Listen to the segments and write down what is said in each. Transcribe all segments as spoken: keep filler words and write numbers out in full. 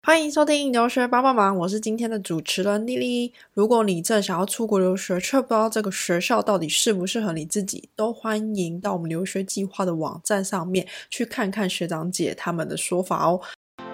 欢迎收听留学帮帮忙，我是今天的主持人莉莉。如果你正想要出国留学，却不知道这个学校到底适不适合你自己，都欢迎到我们留学计划的网站上面去看看学长姐他们的说法哦。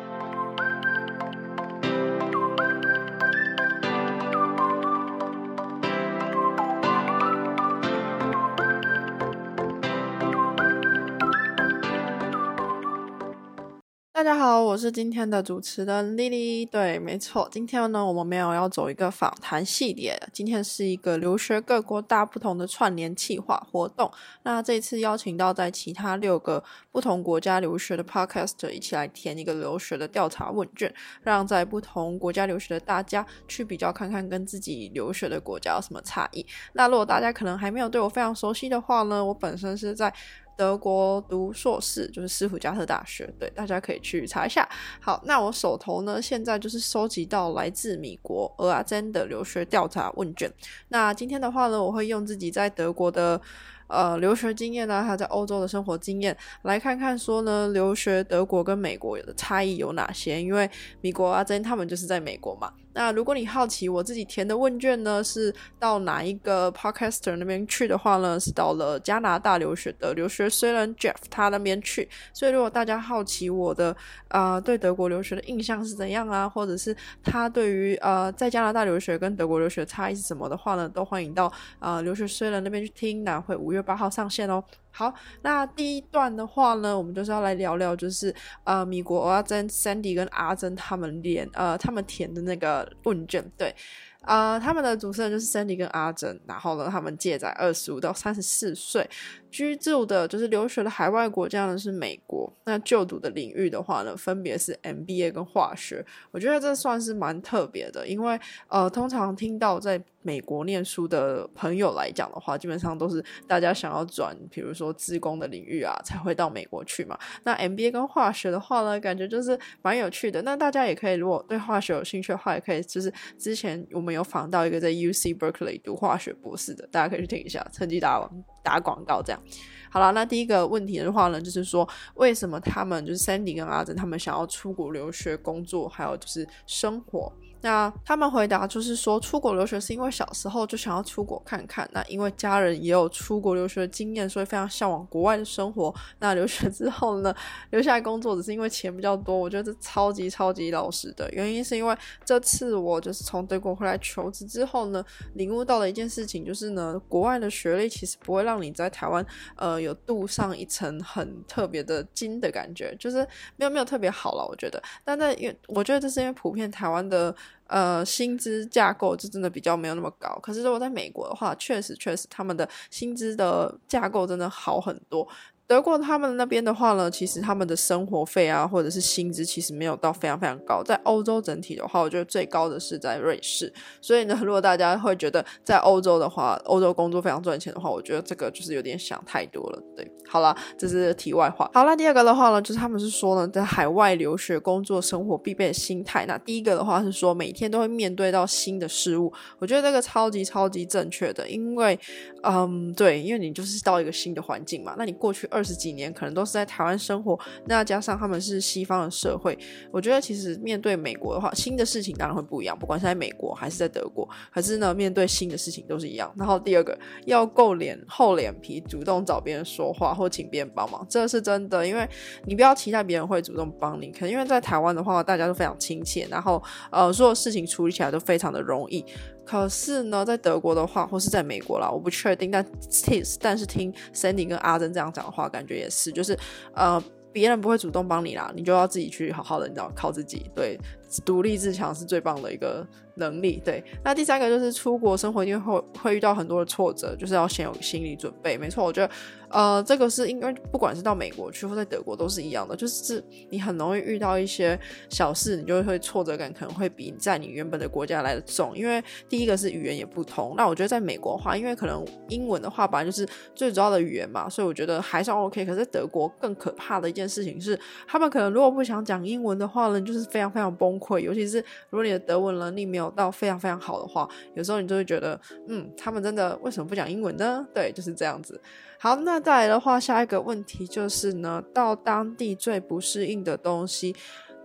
大家好，我是今天的主持人莉莉。对，没错，今天呢我们没有要走一个访谈系列，今天是一个留学各国大不同的串联企划活动。那这一次邀请到在其他六个不同国家留学的 podcaster 一起来填一个留学的调查问卷，让在不同国家留学的大家去比较看看跟自己留学的国家有什么差异。那如果大家可能还没有对我非常熟悉的话呢，我本身是在德国读硕士，就是斯图加特大学，对，大家可以去查一下。好，那我手头呢现在就是收集到来自美国俄阿珍的留学调查问卷。那今天的话呢，我会用自己在德国的呃留学经验啊，还有在欧洲的生活经验来看看说呢，留学德国跟美国的差异有哪些，因为美国阿珍他们就是在美国嘛。那如果你好奇我自己填的问卷呢是到哪一个 podcaster 那边去的话呢，是到了加拿大留学的留学虽然 Jeff 他那边去。所以如果大家好奇我的呃对德国留学的印象是怎样啊，或者是他对于呃在加拿大留学跟德国留学的差异是什么的话呢，都欢迎到呃留学虽然那边去听，那会五月八号上线哦。好，那第一段的话呢，我们就是要来聊聊就是呃米国阿珍 Sandy 跟阿珍他们连呃他们填的那个问卷。对，呃他们的主持人就是 Sandy 跟阿珍，然后呢他们介在二十五到三十四岁，居住的就是留学的海外国家呢是美国，那就读的领域的话呢分别是 M B A 跟化学。我觉得这算是蛮特别的，因为呃通常听到在美国念书的朋友来讲的话，基本上都是大家想要转比如说资工的领域啊才会到美国去嘛。那 M B A 跟化学的话呢，感觉就是蛮有趣的。那大家也可以如果对化学有兴趣的话，也可以就是之前我们有访到一个在 U C Berkeley 读化学博士的，大家可以去听一下，趁机打打广告这样。好了，那第一个问题的话呢，就是说为什么他们就是 Sandy 跟阿珍他们想要出国留学工作还有就是生活。那他们回答就是说，出国留学是因为小时候就想要出国看看，那因为家人也有出国留学的经验，所以非常向往国外的生活。那留学之后呢，留下来工作只是因为钱比较多。我觉得这超级超级老实的原因是因为这次我就是从德国回来求职之后呢，领悟到了一件事情，就是呢国外的学历其实不会让你在台湾呃有镀上一层很特别的金的感觉，就是没有没有特别好了我觉得。但在因为我觉得这是因为普遍台湾的呃，薪资架构就真的比较没有那么高，可是如果在美国的话，确实确实他们的薪资的架构真的好很多。德国他们那边的话呢，其实他们的生活费啊或者是薪资其实没有到非常非常高。在欧洲整体的话，我觉得最高的是在瑞士。所以呢，如果大家会觉得在欧洲的话，欧洲工作非常赚钱的话，我觉得这个就是有点想太多了。对，好啦，这是题外话。好啦，第二个的话呢，就是他们是说呢，在海外留学工作生活必备的心态。那第一个的话是说每天都会面对到新的事物，我觉得这个超级超级正确的。因为嗯，对，因为你就是到一个新的环境嘛，那你过去二十几年可能都是在台湾生活，那加上他们是西方的社会，我觉得其实面对美国的话，新的事情当然会不一样，不管是在美国还是在德国，可是呢面对新的事情都是一样。然后第二个要够脸厚脸皮，主动找别人说话或请别人帮忙，这是真的。因为你不要期待别人会主动帮你，可能因为在台湾的话大家都非常亲切，然后呃所有事情处理起来都非常的容易。可是呢在德国的话或是在美国啦，我不确定，但但是听 Sandy 跟阿珍这样讲的话，感觉也是就是呃别人不会主动帮你啦，你就要自己去好好的你知道靠自己。对，独立自强是最棒的一个能力。对，那第三个就是出国生活一定会会遇到很多的挫折，就是要先有心理准备。没错，我觉得呃，这个是因为不管是到美国去或在德国都是一样的，就是你很容易遇到一些小事，你就会挫折感可能会比在你原本的国家来的重。因为第一个是语言也不同，那我觉得在美国的话，因为可能英文的话本来就是最主要的语言嘛，所以我觉得还算 OK。可是在德国更可怕的一件事情是，他们可能如果不想讲英文的话呢，就是非常非常崩溃。尤其是如果你的德文能力没有到非常非常好的话，有时候你就会觉得嗯，他们真的为什么不讲英文呢？对，就是这样子。好，那再来的话，下一个问题就是呢，到当地最不适应的东西。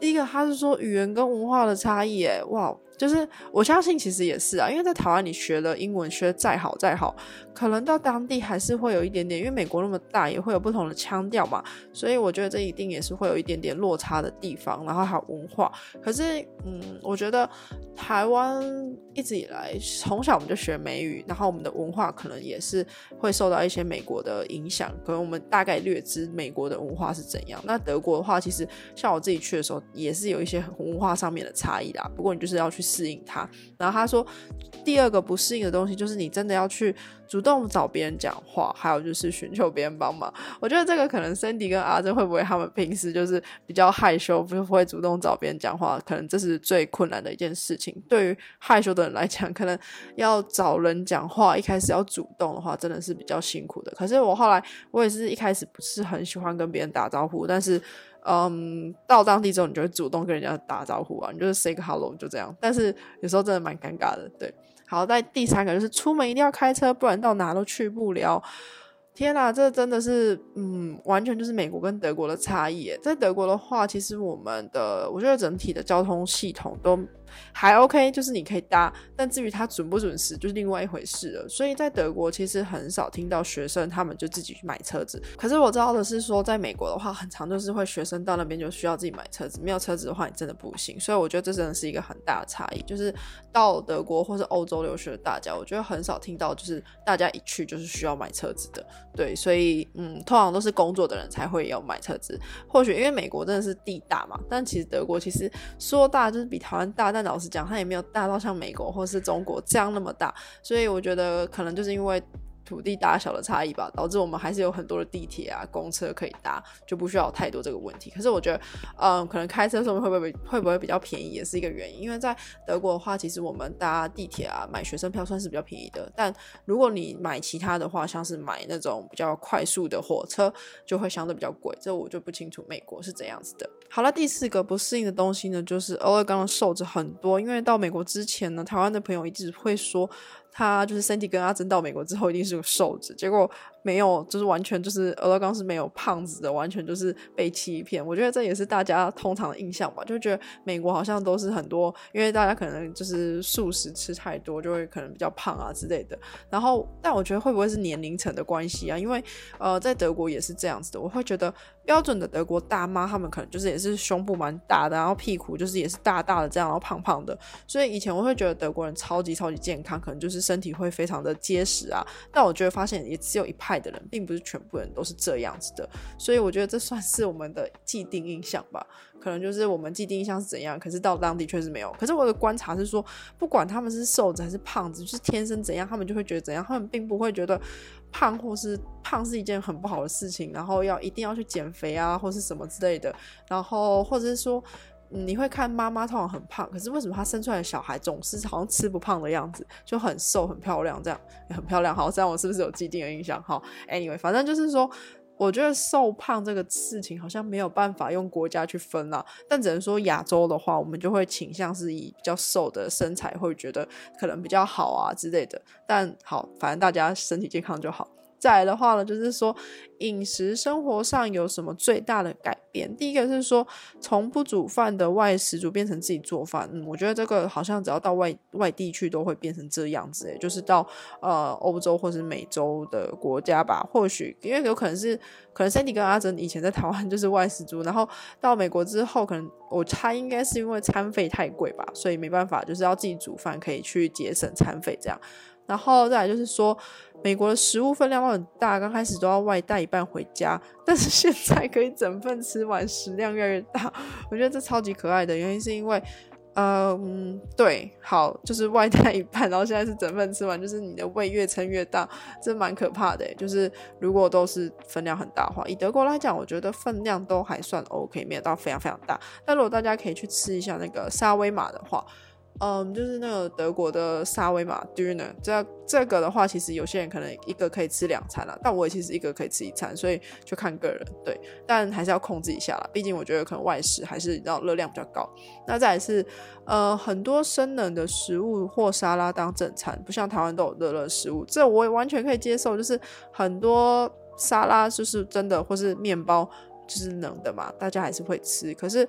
第一个他是说语言跟文化的差异耶，哇，就是我相信其实也是啊，因为在台湾你学了英文学得再好再好，可能到当地还是会有一点点，因为美国那么大也会有不同的腔调嘛，所以我觉得这一定也是会有一点点落差的地方，然后还有文化。可是嗯，我觉得台湾一直以来从小我们就学美语，然后我们的文化可能也是会受到一些美国的影响，可能我们大概略知美国的文化是怎样。那德国的话，其实像我自己去的时候也是有一些文化上面的差异啦，不过你就是要去适应它。然后他说第二个不适应的东西就是你真的要去主动找别人讲话，还有就是寻求别人帮忙。我觉得这个可能 Sandy 跟阿珍会不会他们平时就是比较害羞，不会主动找别人讲话，可能这是最困难的一件事情。对于害羞的人来讲，可能要找人讲话一开始要主动的话真的是比较辛苦的。可是我后来我也是一开始不是很喜欢跟别人打招呼，但是嗯，到当地之后你就会主动跟人家打招呼啊，你就是 say 个 hello 就这样，但是有时候真的蛮尴尬的。对，好，在第三个就是出门一定要开车，不然到哪都去不了。天啊，这真的是嗯，完全就是美国跟德国的差异耶。在德国的话，其实我们的我觉得整体的交通系统都还 OK， 就是你可以搭，但至于它准不准时就是另外一回事了。所以在德国其实很少听到学生他们就自己去买车子，可是我知道的是说在美国的话很常就是会学生到那边就需要自己买车子，没有车子的话你真的不行。所以我觉得这真的是一个很大的差异，就是到德国或是欧洲留学的大家，我觉得很少听到就是大家一去就是需要买车子的。对，所以嗯，通常都是工作的人才会要买车子。或许因为美国真的是地大嘛，但其实德国其实说大就是比台湾大，但老实讲它也没有大到像美国或是中国这样那么大，所以我觉得可能就是因为土地大小的差异吧，导致我们还是有很多的地铁啊公车可以搭，就不需要有太多这个问题。可是我觉得嗯，可能开车上面会不会会不会比较便宜也是一个原因，因为在德国的话其实我们搭地铁啊买学生票算是比较便宜的，但如果你买其他的话，像是买那种比较快速的火车就会相对比较贵，这我就不清楚美国是怎样子的。好了，第四个不适应的东西呢，就是俄勒冈的瘦子很多，因为到美国之前呢，台湾的朋友一直会说他就是 Sandy 跟阿珍到美国之后一定是个瘦子，结果没有，就是完全就是俄勒冈是没有胖子的，完全就是被欺骗。我觉得这也是大家通常的印象吧，就觉得美国好像都是很多，因为大家可能就是素食吃太多就会可能比较胖啊之类的。然后但我觉得会不会是年龄层的关系啊，因为呃在德国也是这样子的，我会觉得标准的德国大妈她们可能就是也是胸部蛮大的，然后屁股就是也是大大的这样，然后胖胖的，所以以前我会觉得德国人超级超级健康，可能就是身体会非常的结实啊，但我觉得发现也只有一派的人，并不是全部人都是这样子的，所以我觉得这算是我们的既定印象吧，可能就是我们既定印象是怎样，可是到当地确实没有。可是我的观察是说，不管他们是瘦子还是胖子，就是天生怎样他们就会觉得怎样，他们并不会觉得胖或是胖是一件很不好的事情，然后要一定要去减肥啊或是什么之类的，然后或者是说你会看妈妈通常很胖，可是为什么她生出来的小孩总是好像吃不胖的样子，就很瘦很漂亮，这样也很漂亮。好，这样我是不是有既定的印象？好 anyway 反正就是说我觉得瘦胖这个事情好像没有办法用国家去分啦，但只能说亚洲的话我们就会倾向是以比较瘦的身材会觉得可能比较好啊之类的，但好反正大家身体健康就好。再来的话呢，就是说饮食生活上有什么最大的改变。第一个是说从不煮饭的外食族变成自己做饭，嗯，我觉得这个好像只要到外外地去都会变成这样子耶，就是到呃欧洲或是美洲的国家吧，或许因为有可能是可能 Sandy 跟阿珍以前在台湾就是外食族，然后到美国之后可能我猜应该是因为餐费太贵吧，所以没办法就是要自己煮饭可以去节省餐费这样。然后再来就是说美国的食物分量都很大，刚开始都要外带一半回家，但是现在可以整份吃完，食量越来越大，我觉得这超级可爱的原因是因为嗯，对，好，就是外带一半然后现在是整份吃完，就是你的胃越撑越大，这蛮可怕的耶，就是如果都是分量很大的话，以德国来讲我觉得分量都还算 OK， 没有到非常非常大，但如果大家可以去吃一下那个沙威玛的话，嗯，就是那个德国的沙威玛 dinner， 这这个的话其实有些人可能一个可以吃两餐啦，但我也其实一个可以吃一餐，所以就看个人，对，但还是要控制一下啦，毕竟我觉得可能外食还是要热量比较高。那再来是呃很多生冷的食物或沙拉当正餐，不像台湾都有热热食物，这我也完全可以接受，就是很多沙拉就是真的或是面包就是冷的嘛，大家还是会吃，可是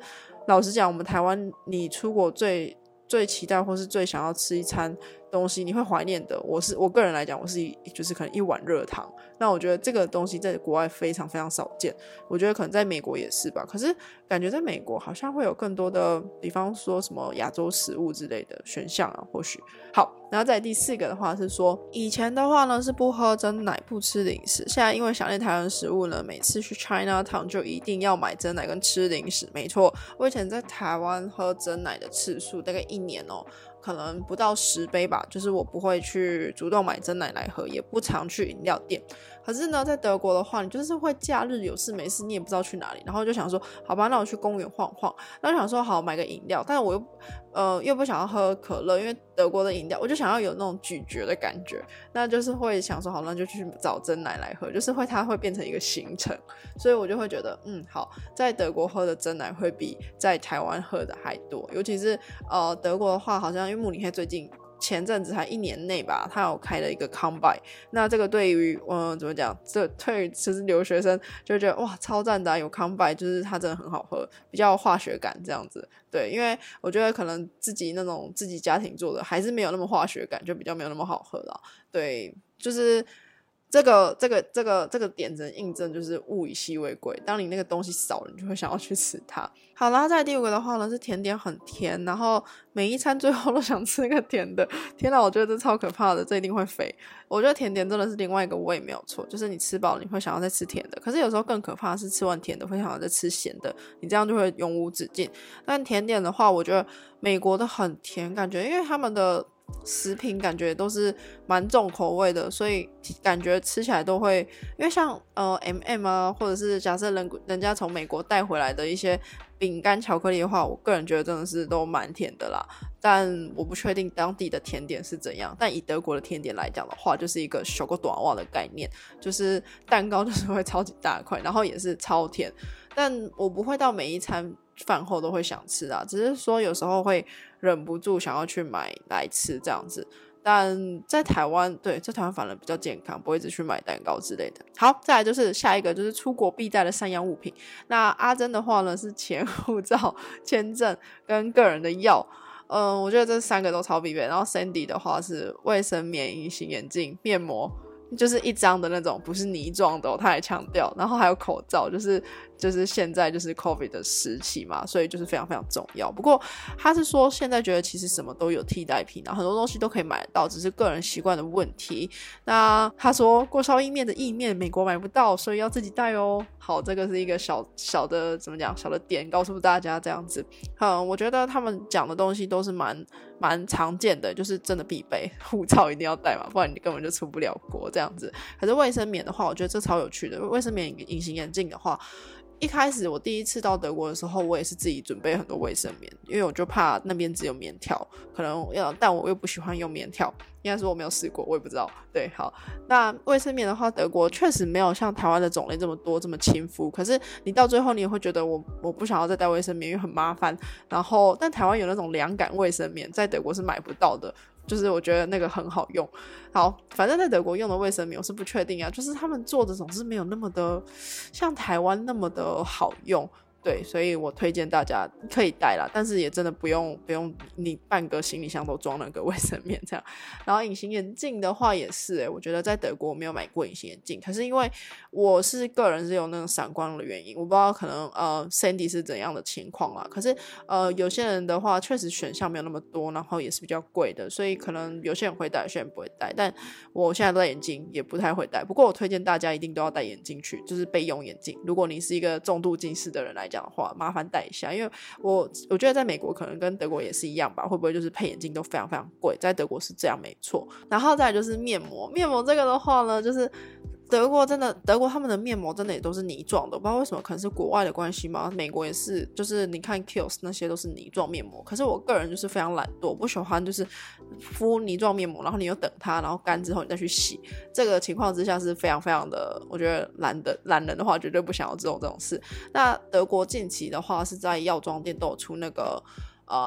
老实讲，我们台湾你出国最最期待或是最想要吃一餐东西，你会怀念的，我是我个人来讲，我是一就是可能一碗热汤。那我觉得这个东西在国外非常非常少见，我觉得可能在美国也是吧。可是感觉在美国好像会有更多的，比方说什么亚洲食物之类的选项啊，或许。好，然后再来第四个的话是说，以前的话呢是不喝珍奶不吃零食，现在因为想念台湾食物呢，每次去 Chinatown 就一定要买珍奶跟吃零食。没错，我以前在台湾喝珍奶的次数大概一年哦，可能不到十杯吧，就是我不会去主动买珍奶来喝，也不常去饮料店。可是呢在德国的话，你就是会假日有事没事，你也不知道去哪里，然后就想说好吧，那我去公园晃晃，然后想说好买个饮料，但是我又呃又不想要喝可乐，因为德国的饮料我就想要有那种咀嚼的感觉，那就是会想说好，那就去找珍奶来喝，就是会它会变成一个行程，所以我就会觉得嗯好，在德国喝的珍奶会比在台湾喝的还多，尤其是呃德国的话，好像因为慕尼黑最近前阵子才一年内吧，他有开了一个 combine， 那这个对于嗯怎么讲，这对于就是留学生就觉得哇超赞的、啊，有 combine 就是它真的很好喝，比较有化学感这样子。对，因为我觉得可能自己那种自己家庭做的还是没有那么化学感，就比较没有那么好喝啦。对，就是这个这个这个这个点只能印证，就是物以稀为贵，当你那个东西少了，你就会想要去吃它。好啦，再来第五个的话呢是甜点很甜，然后每一餐最后都想吃那个甜的，天哪，我觉得这超可怕的，这一定会肥。我觉得甜点真的是另外一个味没有错，就是你吃饱你会想要再吃甜的，可是有时候更可怕的是吃完甜的会想要再吃咸的，你这样就会永无止境。但甜点的话，我觉得美国的很甜，感觉因为他们的食品感觉都是蛮重口味的，所以感觉吃起来都会，因为像呃 M and M 啊，或者是假设人人家从美国带回来的一些饼干巧克力的话，我个人觉得真的是都蛮甜的啦，但我不确定当地的甜点是怎样。但以德国的甜点来讲的话，就是一个小个短袜的概念，就是蛋糕就是会超级大块，然后也是超甜，但我不会到每一餐饭后都会想吃啊，只是说有时候会忍不住想要去买来吃这样子。但在台湾，对，在台湾反而比较健康，不会一直去买蛋糕之类的。好，再来就是下一个就是出国必带的三样物品。那阿珍的话呢是钱、护照、签证跟个人的药。嗯，我觉得这三个都超必备。然后 Sandy 的话是卫生棉、隐形眼镜、面膜，就是一张的那种，不是泥状的、哦、他还强调。然后还有口罩，就是就是现在就是 COVID 的时期嘛，所以就是非常非常重要。不过他是说现在觉得其实什么都有替代品，然后很多东西都可以买得到，只是个人习惯的问题。那他说锅烧意面的意面美国买不到，所以要自己带哦。好，这个是一个小小的怎么讲小的点，告诉大家这样子。嗯，我觉得他们讲的东西都是蛮蛮常见的，就是真的必备，护照一定要带嘛，不然你根本就出不了国这样子。可是卫生棉的话，我觉得这超有趣的。卫生棉、隐形眼镜的话，一开始我第一次到德国的时候，我也是自己准备很多卫生棉，因为我就怕那边只有棉条，可能要，但我又不喜欢用棉条，应该说我没有试过，我也不知道。对，好，那卫生棉的话，德国确实没有像台湾的种类这么多，这么亲肤。可是你到最后，你也会觉得我我不想要再带卫生棉，因为很麻烦。然后，但台湾有那种凉感卫生棉，在德国是买不到的。就是我觉得那个很好用。好，反正在德国用的卫生棉我是不确定啊，就是他们做的总是没有那么的像台湾那么的好用。对，所以我推荐大家可以带啦，但是也真的不用不用你半个行李箱都装那个卫生棉这样。然后隐形眼镜的话也是、欸、我觉得在德国我没有买过隐形眼镜，可是因为我是个人是有那种散光的原因，我不知道可能呃 Sandy 是怎样的情况啦。可是呃有些人的话确实选项没有那么多，然后也是比较贵的，所以可能有些人会戴，有些人不会戴。但我现在都戴眼镜，也不太会戴。不过我推荐大家一定都要戴眼镜去，就是备用眼镜。如果你是一个重度近视的人来讲的话，麻烦带一下，因为我我觉得在美国可能跟德国也是一样吧，会不会就是配眼镜都非常非常贵，在德国是这样没错。然后再来就是面膜，面膜这个的话呢，就是德国真的，德国他们的面膜真的也都是泥状的，我不知道为什么，可能是国外的关系吗？美国也是，就是你看 Kiehl's 那些都是泥状面膜，可是我个人就是非常懒惰，不喜欢就是敷泥状面膜，然后你又等它，然后干之后你再去洗，这个情况之下是非常非常的，我觉得懒的懒人的话绝对不想要这种这种事。那德国近期的话是在药妆店都有出那个呃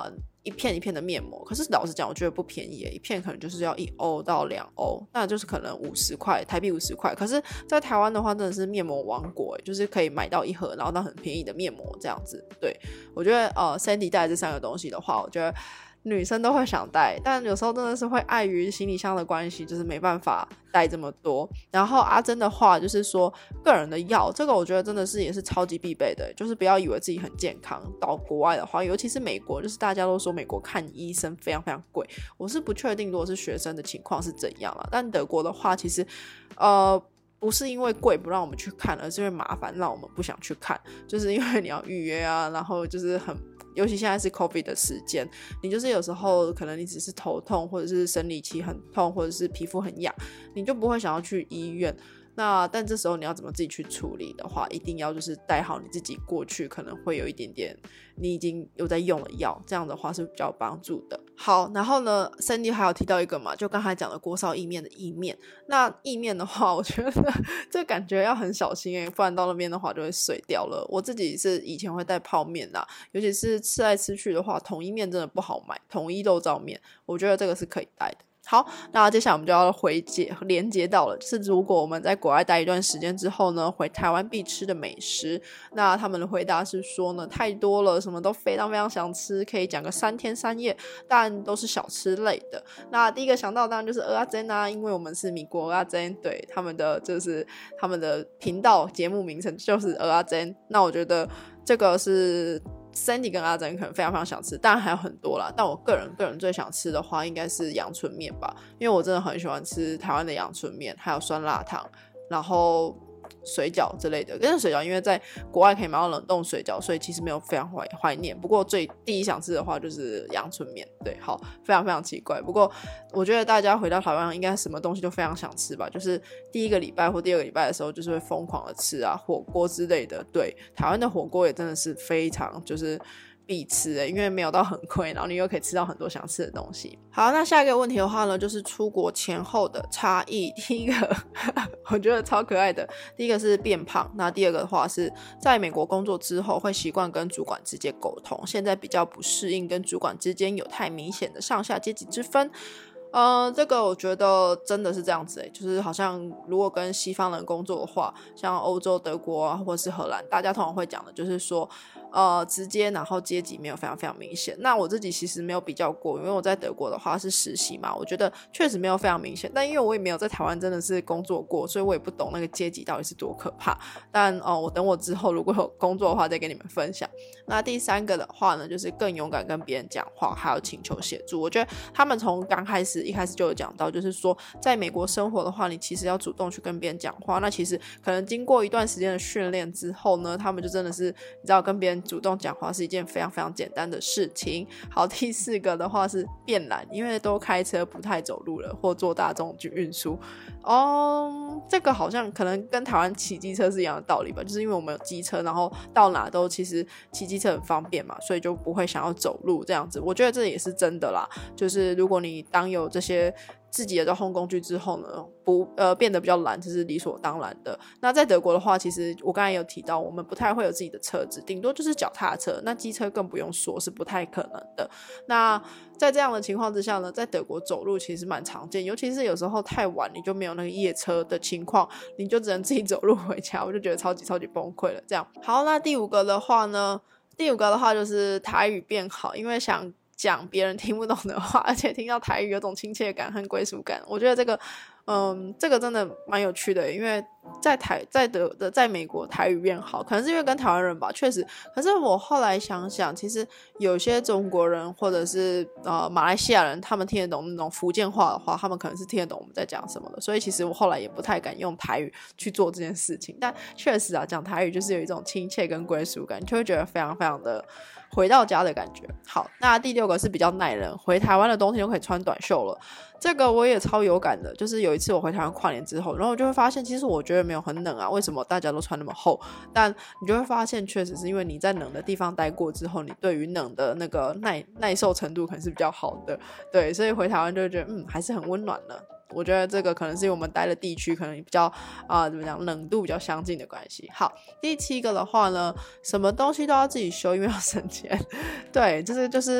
一片一片的面膜，可是老实讲我觉得不便宜耶，一片可能就是要一欧到两欧，那就是可能五十块台币五十块，可是在台湾的话真的是面膜王国耶，就是可以买到一盒然后到很便宜的面膜这样子。对，我觉得呃 Sandy 带这三个东西的话，我觉得女生都会想带，但有时候真的是会碍于行李箱的关系，就是没办法带这么多。然后阿珍的话就是说个人的药，这个我觉得真的是也是超级必备的，就是不要以为自己很健康，到国外的话尤其是美国，就是大家都说美国看医生非常非常贵，我是不确定如果是学生的情况是怎样啦，但德国的话其实呃不是因为贵不让我们去看，而是因为麻烦让我们不想去看，就是因为你要预约啊，然后就是很尤其现在是 COVID 的时间，你就是有时候可能你只是头痛或者是生理期很痛或者是皮肤很痒，你就不会想要去医院。那但这时候你要怎么自己去处理的话，一定要就是带好你自己过去可能会有一点点你已经有在用的药，这样的话是比较有帮助的。好，然后呢 Sandy 还有提到一个嘛，就刚才讲的锅烧意面的意面，那意面的话我觉得这感觉要很小心耶，不然到那边的话就会碎掉了。我自己是以前会带泡面啦，尤其是吃来吃去的话，统一面真的不好买，统一肉燥面我觉得这个是可以带的。好，那接下来我们就要回接连接到了，就是如果我们在国外待一段时间之后呢，回台湾必吃的美食，那他们的回答是说呢，太多了，什么都非常非常想吃，可以讲个三天三夜，但都是小吃类的。那第一个想到当然就是蚵仔煎啊，因为我们是米国蚵仔煎，对，他们的就是他们的频道节目名称就是蚵仔煎，那我觉得这个是Sandy 跟阿珍可能非常非常想吃，当然还有很多啦，但我个人个人最想吃的话应该是阳春面吧，因为我真的很喜欢吃台湾的阳春面，还有酸辣汤，然后水饺之类的。跟水饺因为在国外可以买到冷冻水饺，所以其实没有非常怀怀念，不过最第一想吃的话就是阳春面。对，好，非常非常奇怪，不过我觉得大家回到台湾应该什么东西都非常想吃吧，就是第一个礼拜或第二个礼拜的时候就是会疯狂的吃啊，火锅之类的。对，台湾的火锅也真的是非常就是必吃的，因为没有到很贵，然后你又可以吃到很多想吃的东西。好，那下一个问题的话呢，就是出国前后的差异。第一个我觉得超可爱的，第一个是变胖，那第二个的话是在美国工作之后会习惯跟主管直接沟通，现在比较不适应跟主管之间有太明显的上下阶级之分。呃，这个我觉得真的是这样子欸，就是好像如果跟西方人工作的话，像欧洲德国啊或者是荷兰，大家通常会讲的就是说呃，直接然后阶级没有非常非常明显。那我自己其实没有比较过，因为我在德国的话是实习嘛，我觉得确实没有非常明显，但因为我也没有在台湾真的是工作过，所以我也不懂那个阶级到底是多可怕。但哦、呃，我等我之后如果有工作的话再跟你们分享。那第三个的话呢，就是更勇敢跟别人讲话，还有请求协助。我觉得他们从刚开始一开始就有讲到，就是说在美国生活的话，你其实要主动去跟别人讲话，那其实可能经过一段时间的训练之后呢，他们就真的是你知道跟别人主动讲话是一件非常非常简单的事情。好，第四个的话是变懒，因为都开车不太走路了，或坐大众去运输。哦，这个好像可能跟台湾骑机车是一样的道理吧，就是因为我们有机车，然后到哪都其实骑机车很方便嘛，所以就不会想要走路这样子。我觉得这也是真的啦，就是如果你当有这些自己的交通工具之后呢，不呃变得比较懒，这是理所当然的。那在德国的话，其实我刚才有提到，我们不太会有自己的车子，顶多就是脚踏车，那机车更不用说，是不太可能的。那在这样的情况之下呢，在德国走路其实蛮常见，尤其是有时候太晚你就没有那个夜车的情况，你就只能自己走路回家，我就觉得超级超级崩溃了这样。好，那第五个的话呢，第五个的话就是台语变好，因为想讲别人听不懂的话，而且听到台语有种亲切感和归属感，我觉得这个嗯，这个真的蛮有趣的，因为在台在德的在美国台语变好，可能是因为跟台湾人吧，确实。可是我后来想想，其实有些中国人或者是呃马来西亚人，他们听得懂那种福建话的话，他们可能是听得懂我们在讲什么的，所以其实我后来也不太敢用台语去做这件事情。但确实啊，讲台语就是有一种亲切跟归属感，就会觉得非常非常的回到家的感觉。好，那第六个是比较耐人，回台湾的冬天就可以穿短袖了。这个我也超有感的，就是有一次我回台湾跨年之后，然后我就会发现其实我觉得没有很冷啊，为什么大家都穿那么厚？但你就会发现确实是因为你在冷的地方待过之后，你对于冷的那个耐耐受程度可能是比较好的，对，所以回台湾就会觉得嗯还是很温暖的。我觉得这个可能是因为我们待的地区可能比较啊、呃、怎么讲冷度比较相近的关系。好，第七个的话呢，什么东西都要自己修，因为要省钱。对，就是就是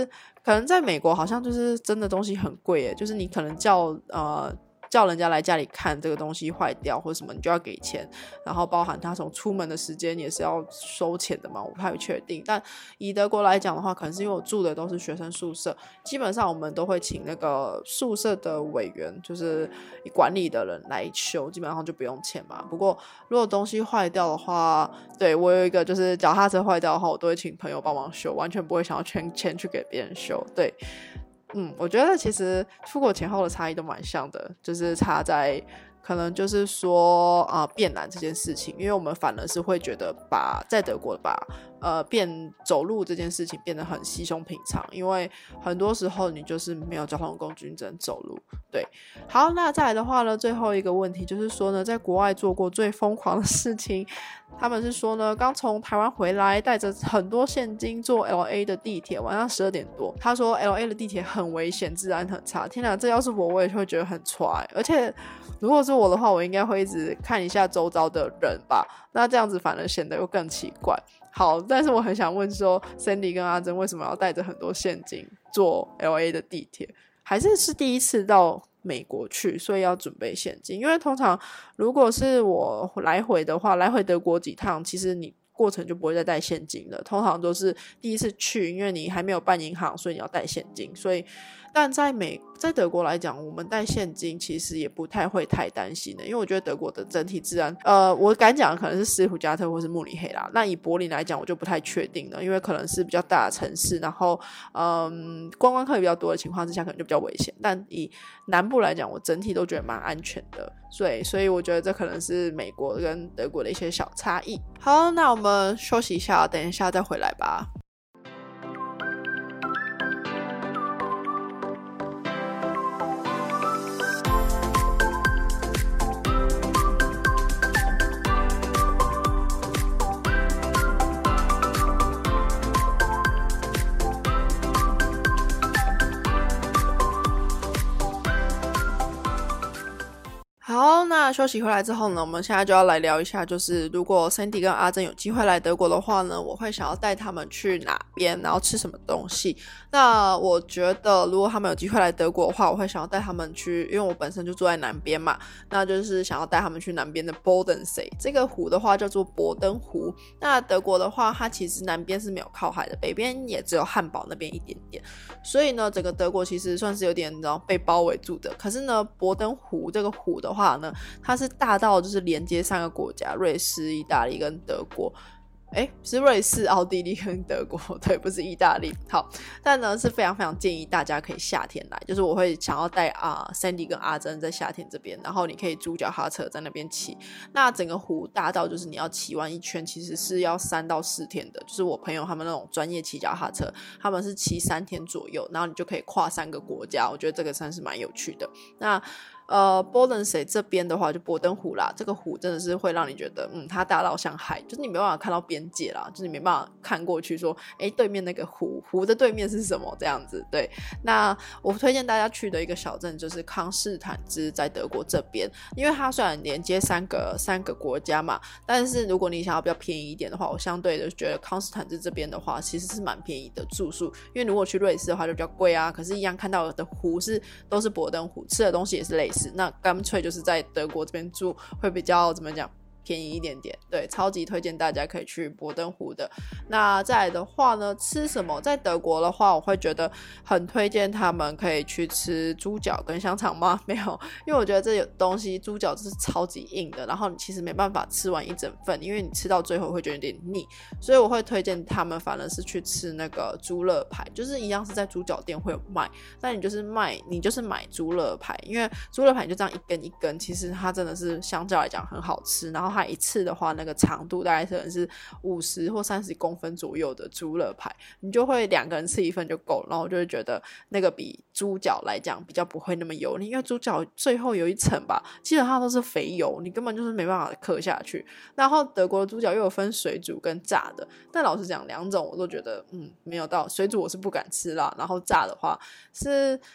可能在美国好像就是真的东西很贵耶，就是你可能叫呃叫人家来家里看这个东西坏掉或什么，你就要给钱，然后包含他从出门的时间也是要收钱的嘛，我不太确定。但以德国来讲的话，可能是因为我住的都是学生宿舍，基本上我们都会请那个宿舍的委员，就是管理的人来修，基本上就不用钱嘛。不过如果东西坏掉的话，对，我有一个就是脚踏车坏掉的话，我都会请朋友帮忙修，完全不会想要全钱去给别人修。对，嗯，我觉得其实出国前后的差异都蛮像的，就是差在可能就是说啊、呃、变懒这件事情，因为我们反而是会觉得把在德国把呃变走路这件事情变得很稀松平常，因为很多时候你就是没有交通工具，你只能走路。对，好，那再来的话呢，最后一个问题就是说呢，在国外做过最疯狂的事情，他们是说呢，刚从台湾回来，带着很多现金坐 L A 的地铁，晚上十二点多，他说 L A 的地铁很危险，治安很差。天哪，这要是我，我也会觉得很踹。而且如果是我的话，我应该会一直看一下周遭的人吧，那这样子反而显得又更奇怪。好，但是我很想问说 Sandy 跟阿珍为什么要带着很多现金坐 L A 的地铁，还是是第一次到美国去，所以要准备现金。因为通常如果是我来回的话，来回德国几趟，其实你过程就不会再带现金了，通常都是第一次去，因为你还没有办银行，所以你要带现金。所以但在美在德国来讲，我们带现金其实也不太会太担心的，因为我觉得德国的整体治安，呃，我敢讲可能是斯图加特或是慕尼黑啦。那以柏林来讲，我就不太确定了，因为可能是比较大的城市，然后嗯，观光客也比较多的情况之下，可能就比较危险。但以南部来讲，我整体都觉得蛮安全的，所以所以我觉得这可能是美国跟德国的一些小差异。好，那我们休息一下，等一下再回来吧。好，那休息回来之后呢，我们现在就要来聊一下，就是如果 Sandy 跟阿珍有机会来德国的话呢，我会想要带他们去哪边，然后吃什么东西。那我觉得如果他们有机会来德国的话，我会想要带他们去，因为我本身就住在南边嘛，那就是想要带他们去南边的 Bodensee， 这个湖的话叫做伯登湖。那德国的话，它其实南边是没有靠海的，北边也只有汉堡那边一点点，所以呢，整个德国其实算是有点然后被包围住的。可是呢，伯登湖这个湖的话呢，它是大到就是连接三个国家，瑞士、意大利跟德国。诶，是瑞士、奥地利跟德国，对，不是意大利。好，但呢是非常非常建议大家可以夏天来，就是我会想要带啊、呃、Sandy 跟阿珍在夏天这边，然后你可以租脚踏车在那边骑。那整个湖大到就是你要骑完一圈，其实是要三到四天的。就是我朋友他们那种专业骑脚踏车，他们是骑三天左右，然后你就可以跨三个国家。我觉得这个算是蛮有趣的。那呃 Bodensee 这边的话就伯登湖啦，这个湖真的是会让你觉得嗯它大到像海，就是你没办法看到边界啦，就是你没办法看过去说诶对面那个湖湖的对面是什么这样子。对，那我推荐大家去的一个小镇就是康斯坦兹，在德国这边，因为它虽然连接三个三个国家嘛，但是如果你想要比较便宜一点的话，我相对的觉得康斯坦兹这边的话其实是蛮便宜的住宿，因为如果去瑞士的话就比较贵啊，可是一样看到的湖是都是伯登湖，吃的东西也是类似，那干脆就是在德国这边住会比较怎么讲便宜一点点。对，超级推荐大家可以去伯登湖的。那再来的话呢，吃什么？在德国的话，我会觉得很推荐他们可以去吃猪脚跟香肠吗？没有，因为我觉得这有东西猪脚就是超级硬的，然后你其实没办法吃完一整份，因为你吃到最后会觉得有点腻，所以我会推荐他们反而是去吃那个猪肋排，就是一样是在猪脚店会有卖，但你就是卖你就是买猪肋排，因为猪肋排就这样一根一根，其实它真的是相较来讲很好吃，然后它一次的话那个长度大概可能是五十或三十公分左右的猪肋排，你就会两个人吃一份就够了，然后我就会觉得那个比猪脚来讲比较不会那么油腻，因为猪脚最后有一层吧基本上都是肥油，你根本就是没办法嗑下去。然后德国的猪脚又有分水煮跟炸的，但老实讲两种我都觉得嗯没有到，水煮我是不敢吃啦，然后炸的话是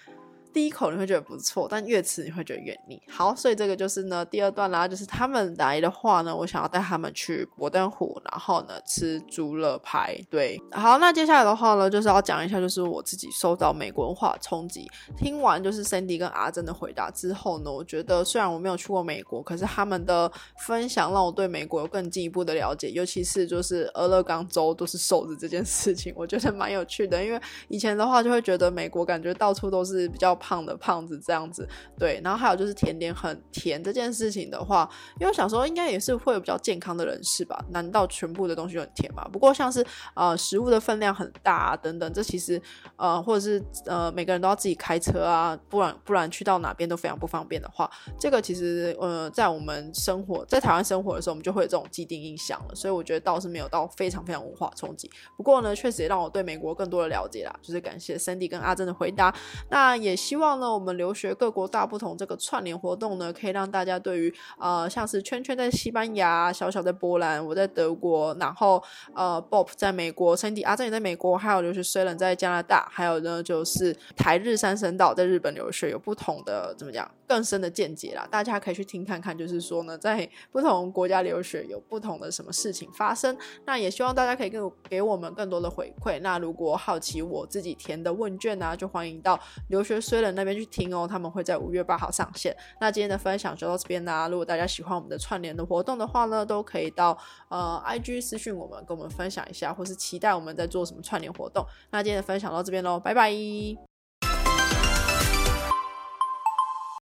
第一口你会觉得不错，但越吃你会觉得越腻。好，所以这个就是呢第二段啦，就是他们来的话呢，我想要带他们去博登湖，然后呢吃猪肋排。对，好，那接下来的话呢，就是要讲一下就是我自己受到美国文化冲击。听完就是 Sandy 跟阿珍的回答之后呢，我觉得虽然我没有去过美国，可是他们的分享让我对美国有更进一步的了解，尤其是就是俄勒冈州都是瘦子这件事情，我觉得蛮有趣的。因为以前的话就会觉得美国感觉到处都是比较胖的胖子这样子，对，然后还有就是甜点很甜这件事情的话，因为我想说应该也是会有比较健康的人士吧，难道全部的东西都很甜吗？不过像是呃食物的分量很大啊等等，这其实呃或者是呃每个人都要自己开车啊，不然不然去到哪边都非常不方便的话，这个其实呃在我们生活在台湾生活的时候，我们就会有这种既定印象了，所以我觉得倒是没有到非常非常文化冲击。不过呢，确实也让我对美国更多的了解啦，就是感谢 Sandy 跟阿珍的回答。那也希望呢，我们留学各国大不同这个串联活动呢，可以让大家对于呃像是圈圈在西班牙，小小在波兰，我在德国，然后呃 Bob 在美国， Sandy 阿珍也在美国，还有留学虽然在加拿大，还有呢就是台日三声道在日本留学，有不同的怎么讲更深的见解啦，大家可以去听看看，就是说呢在不同国家留学有不同的什么事情发生。那也希望大家可以给我给我们更多的回馈。那如果好奇我自己填的问卷啊，就欢迎到留学虽人那边去听哦，他们会在五月八号上线。那今天的分享就到这边啦，如果大家喜欢我们的串联的活动的话呢，都可以到呃 I G 私讯我们，跟我们分享一下，或是期待我们在做什么串联活动。那今天的分享到这边咯，拜拜。